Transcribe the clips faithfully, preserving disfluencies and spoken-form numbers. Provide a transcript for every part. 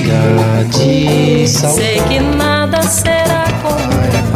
chega de saudade. Sei que nada será como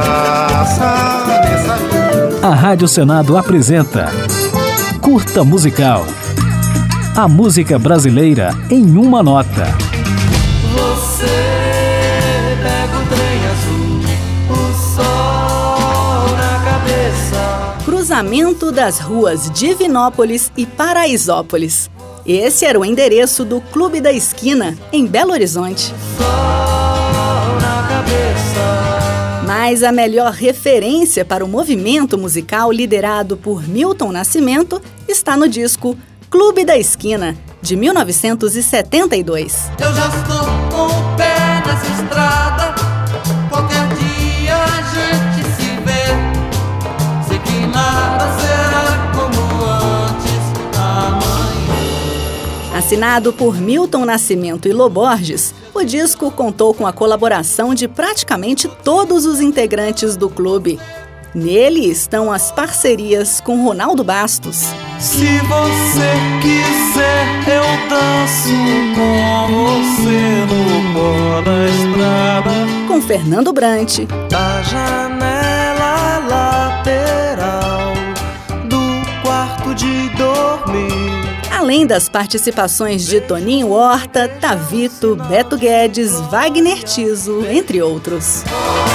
a Rádio Senado apresenta Curta Musical. A música brasileira em uma nota. Você pega o trem azul, o sol na cabeça. Cruzamento das ruas Divinópolis e Paraisópolis. Esse era o endereço do Clube da Esquina, em Belo Horizonte. Sol na cabeça. Mas a melhor referência para o movimento musical liderado por Milton Nascimento está no disco Clube da Esquina, de mil novecentos e setenta e dois. Eu já estou com o pé nessa estrada, qualquer dia a gente se vê. Sei que nada será como antes amanhã. Assinado por Milton Nascimento e Lô Borges, o disco contou com a colaboração de praticamente todos os integrantes do clube. Nele estão as parcerias com Ronaldo Bastos. Se você quiser, eu danço com você no pó da estrada. Com Fernando Brant. Da janela lateral do quarto de dormir. Além das participações de Toninho Horta, Tavito, Beto Guedes, Wagner Tiso, entre outros.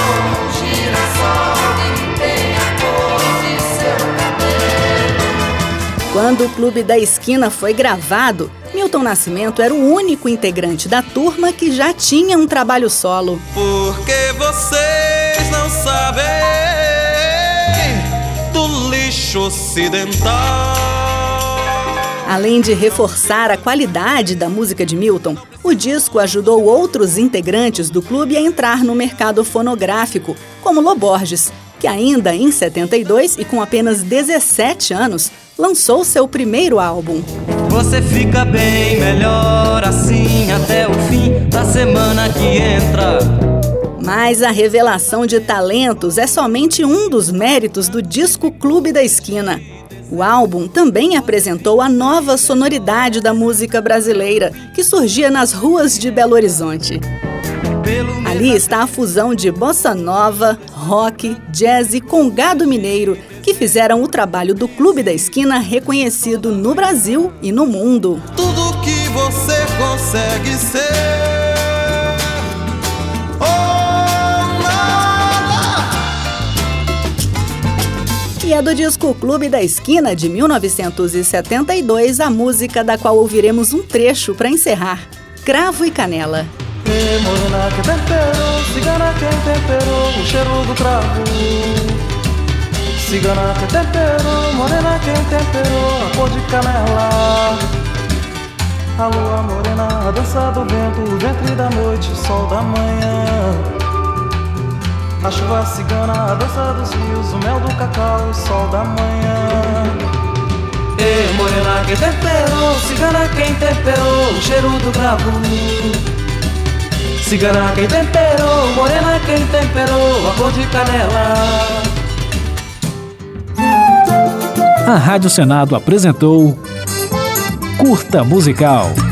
Quando o Clube da Esquina foi gravado, Milton Nascimento era o único integrante da turma que já tinha um trabalho solo. Porque vocês não sabem do lixo ocidental. Além de reforçar a qualidade da música de Milton, o disco ajudou outros integrantes do clube a entrar no mercado fonográfico, como Lô Borges, que ainda em setenta e dois e com apenas dezessete anos, lançou seu primeiro álbum. Você fica bem melhor assim até o fim da semana que entra. Mas a revelação de talentos é somente um dos méritos do disco Clube da Esquina. O álbum também apresentou a nova sonoridade da música brasileira, que surgia nas ruas de Belo Horizonte. Ali está a fusão de bossa nova, rock, jazz e congado mineiro, que fizeram o trabalho do Clube da Esquina reconhecido no Brasil e no mundo. Tudo que você consegue ser. E é do disco Clube da Esquina, de mil novecentos e setenta e dois, a música da qual ouviremos um trecho para encerrar, Cravo e Canela. E morena que temperou, cigana quem temperou o cheiro do cravo. Cigana que temperou, morena quem temperou a cor de canela. A lua morena, a dança do vento, o ventre da noite, o sol da manhã. A chuva cigana, a dança dos rios, o mel do cacau, o sol da manhã. E morena quem temperou, cigana quem temperou o cheiro do cravo. Cigana quem temperou, morena quem temperou a cor de canela. A Rádio Senado apresentou Curta Musical.